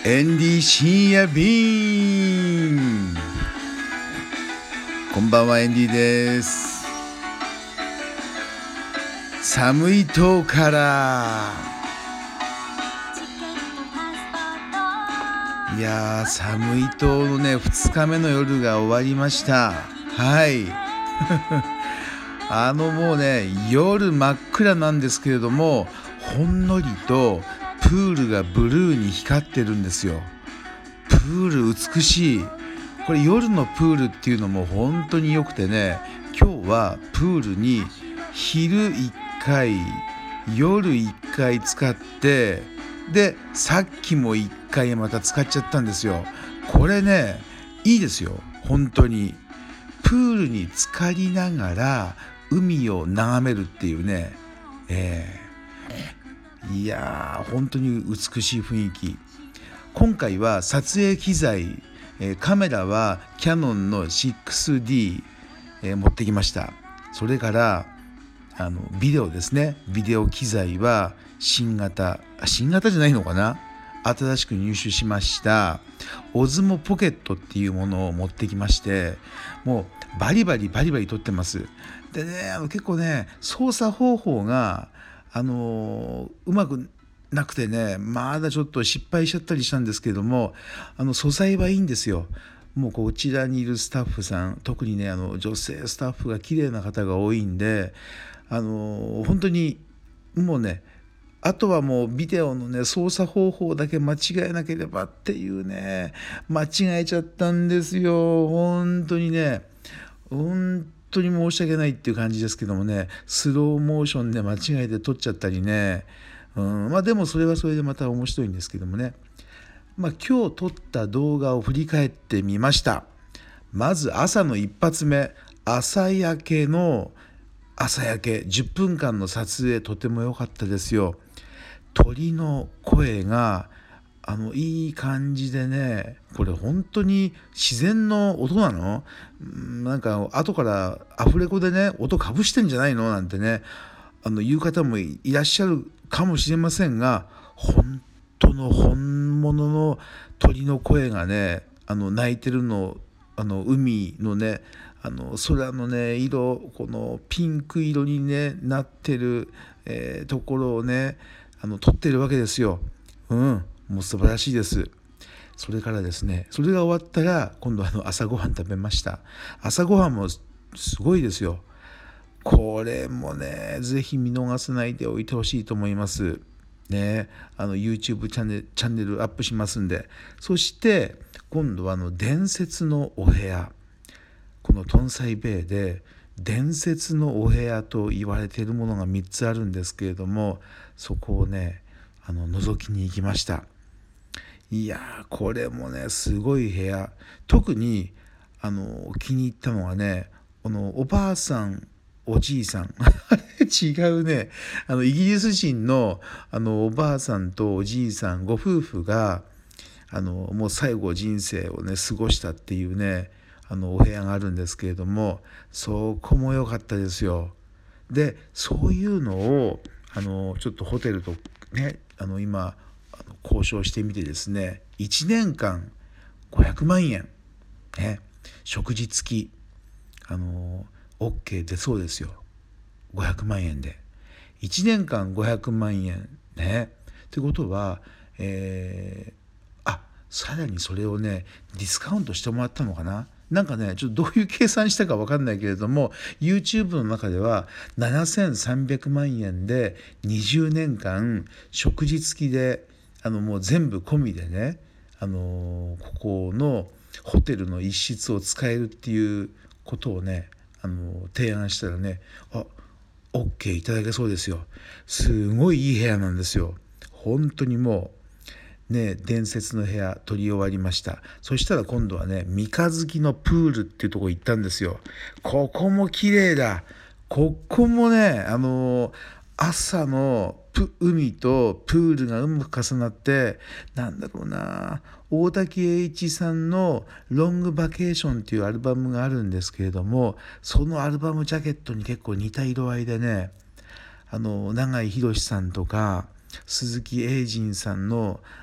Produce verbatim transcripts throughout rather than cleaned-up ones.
エンディ深夜便。こんばんは、エンディです。寒い島からいやー寒い島のねふつかめの夜が終わりました。はいあのもうね夜真っ暗なんですけれども、ほんのりとプールがブルーに光ってるんですよ。プール美しい。これ夜のプールっていうのも本当に良くてね、今日はプールに昼いっかい夜いっかい使って、でさっきもいっかいまた使っちゃったんですよ。これねいいですよ本当に。プールに浸かりながら海を眺めるっていうね、えー、いやー本当に美しい雰囲気。今回は撮影機材、えー、カメラはキヤノンの シックスディー、えー、持ってきました。それからあのビデオですね。ビデオ機材は新型新型じゃないのかな、新しく入手しましたオズモポケットっていうものを持ってきまして、もうバリバリバリバリ撮ってます。でね、あの結構ね操作方法があのー、うまくなくてね、まだちょっと失敗しちゃったりしたんですけれども、あの素材はいいんですよ。もうこちらにいるスタッフさん、特にねあの女性スタッフが綺麗な方が多いんで、あの本当にもうね、あとはもうビデオのね操作方法だけ間違えなければっていうね、間違えちゃったんですよ。本当にね本当に申し訳ないっていう感じですけどもね、スローモーションで間違えて撮っちゃったりね、うん、まあでもそれはそれでまた面白いんですけどもね。まあ今日撮った動画を振り返ってみました。まず朝の一発目、朝焼けの朝焼けじゅっぷんかんの撮影、とても良かったですよ。鳥の声があのいい感じでね、これ本当に自然の音なの？なんか後からアフレコでね音かぶしてんじゃないのなんてね、あの言う方もいらっしゃるかもしれませんが、本当の本物の鳥の声がね、あの鳴いてるの、あの海のね、あの空のね色、このピンク色に、ね、なってる、えーところをねあの撮ってるわけですよ。うん、もう素晴らしいです。それからですね、それが終わったら今度あの朝ごはん食べました。朝ごはんもすごいですよ。これもねぜひ見逃さないでおいてほしいと思いますね。あの YouTube チャンネル、チャンネルアップしますんで。そして今度はあの伝説のお部屋、このトンサイベイで伝説のお部屋と言われているものがみっつあるんですけれども、そこをねあの覗きに行きました。いやーこれもねすごい部屋。特にあの気に入ったのはね、このおばあさんおじいさん違うね、あのイギリス人のあのおばあさんとおじいさんご夫婦があのもう最後人生をね過ごしたっていうね、あのお部屋があるんですけれども、そこも良かったですよ。でそういうのをあのちょっとホテルとねあの今あの交渉してみてですね、いちねんかんごひゃくまんえん、ね、食事付きあの OK 出そうですよ。ごひゃくまんえんでいちねんかんごひゃくまんえんね。ってことは、えー、あさらにそれをねディスカウントしてもらったのかな、なんかねちょっとどういう計算したか分かんないけれども YouTube の中ではななせんさんびゃくまんえんでにじゅうねんかん食事付きで、あのもう全部込みでね、あのここのホテルの一室を使えるっていうことをねあの提案したらね、あ OK いただけそうですよ。すごいいい部屋なんですよ。本当にもうね伝説の部屋取り終わりました。そしたら今度はね三日月のプールっていうところ行ったんですよ。ここも綺麗だ。ここもねあの朝のプ海とプールがうまく重なって、なんだろうな、大滝栄一さんのロングバケーションっていうアルバムがあるんですけれども、そのアルバムジャケットに結構似た色合いでね、あの永井博さんとか鈴木英人さんの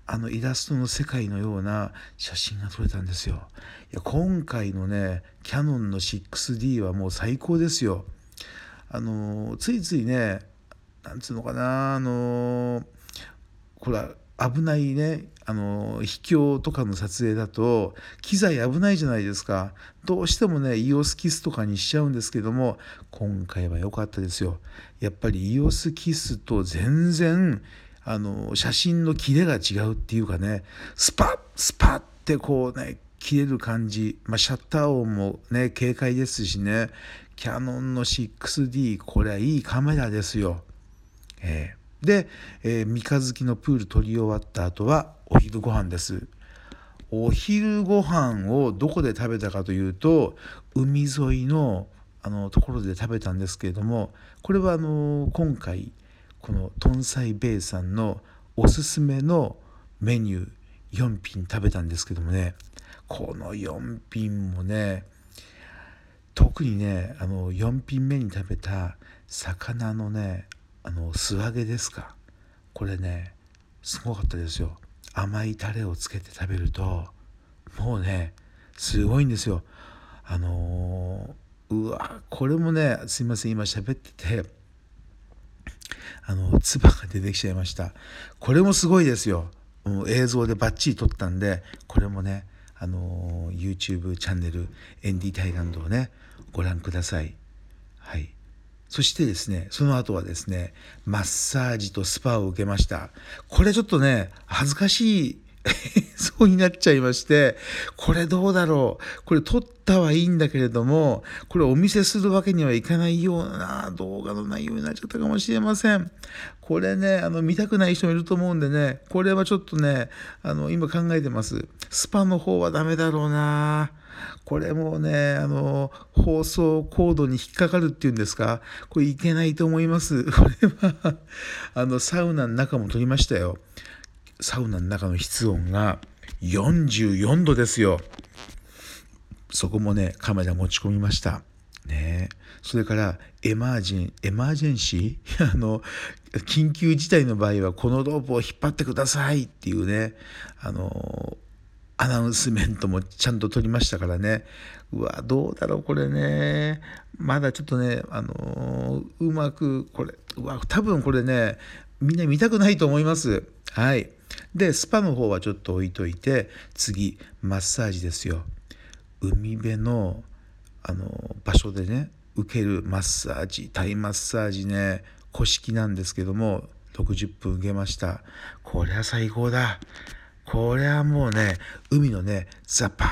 あのイラストの世界のような写真が撮れたんですよ。いや今回のねキヤノンの シックスディー はもう最高ですよ。あのついついね、なんつうのかな、あのこれは危ないね、あの秘境とかの撮影だと機材危ないじゃないですか。どうしてもね イーオーエス キスとかにしちゃうんですけども、今回は良かったですよ。やっぱり イーオーエス キスと全然あの写真のキレが違うっていうかね、スパッスパッってこうね切れる感じ、まあ、シャッター音もね軽快ですしね、キヤノンの シックスディー これはいいカメラですよ。えー、で、えー、三日月のプール撮り終わった後はお昼ご飯です。お昼ご飯をどこで食べたかというと、海沿いのあのところで食べたんですけれども、これはあの今回このトンサイベイさんのおすすめのメニューよん品食べたんですけどもね、このよん品もね、特にねあのよん品目に食べた魚のねあの素揚げですか、これねすごかったですよ。甘いタレをつけて食べるともうねすごいんですよ。あのー、うわこれもね、すいません今喋っててあの唾が出てきちゃいました。これもすごいですよ。もう映像でバッチリ撮ったんで、これもねあのー、YouTube チャンネルエンディタイランドをねご覧ください。はい。そしてですね、その後はですね、マッサージとスパを受けました。これちょっとね、恥ずかしいそうになっちゃいまして、これどうだろう。これ撮ったはいいんだけれども、これお見せするわけにはいかないような動画の内容になっちゃったかもしれません。これね、あの見たくない人もいると思うんでね、これはちょっとね、あの今考えてます。スパの方はダメだろうな。これもね、あの放送コードに引っかかるっていうんですか、これいけないと思います。これはあのサウナの中も撮りましたよ。サウナの中の室温がよんじゅうよんどですよ。そこもねカメラ持ち込みましたね。それからエマージェンエマージェンシーあの緊急事態の場合はこのロープを引っ張ってくださいっていうね、あのアナウンスメントもちゃんと取りましたからね。うわどうだろうこれね、まだちょっとねあのうまくこれうわ多分これねみんな見たくないと思います。はい。でスパの方はちょっと置いといて、次マッサージですよ。海辺のあの場所でね受けるマッサージ、タイマッサージね、古式なんですけどもろくじゅっぷん受けました。これは最高だ。これはもうね海のねザパーン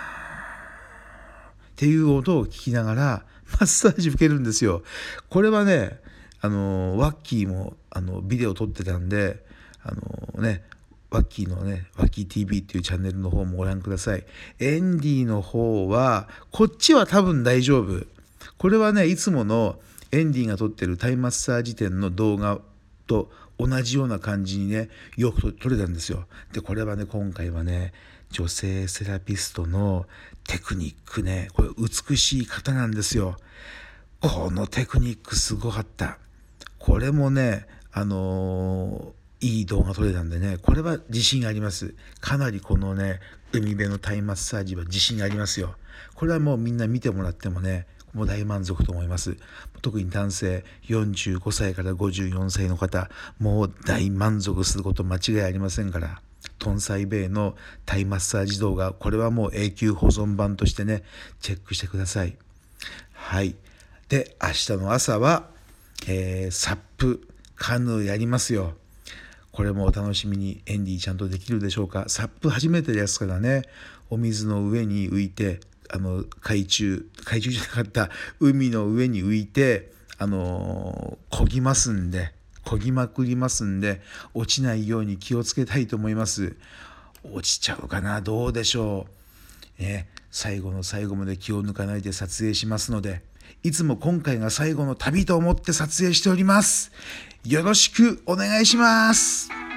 っていう音を聞きながらマッサージ受けるんですよ。これはねあのワッキーもあのビデオ撮ってたんで、あのねワッキーのねワッキー ティーブイ っていうチャンネルの方もご覧ください。エンディの方はこっちは多分大丈夫。これはねいつものエンディが撮ってるタイマッサージ店の動画と同じような感じにねよく撮れたんですよ。でこれはね今回はね女性セラピストのテクニックね、これ美しい方なんですよ。このテクニックすごかった。これもねあのーいい動画撮れたんでね、これは自信あります。かなりこのね海辺のタイマッサージは自信ありますよ。これはもうみんな見てもらってもねもう大満足と思います。特に男性よんじゅうごさいからごじゅうよんさいの方、もう大満足すること間違いありませんから、トンサイベイのタイマッサージ動画、これはもう永久保存版としてねチェックしてください。はい。で明日の朝は、えー、サップカヌーやりますよ。これもお楽しみに。エンディちゃんとできるでしょうか。サップ初めてですからね、お水の上に浮いて、あの海中海中じゃなかった海の上に浮いてあの漕ぎますんで漕ぎまくりますんで落ちないように気をつけたいと思います。落ちちゃうかな、どうでしょう、ね、最後の最後まで気を抜かないで撮影しますので、いつも今回が最後の旅と思って撮影しております。よろしくお願いします。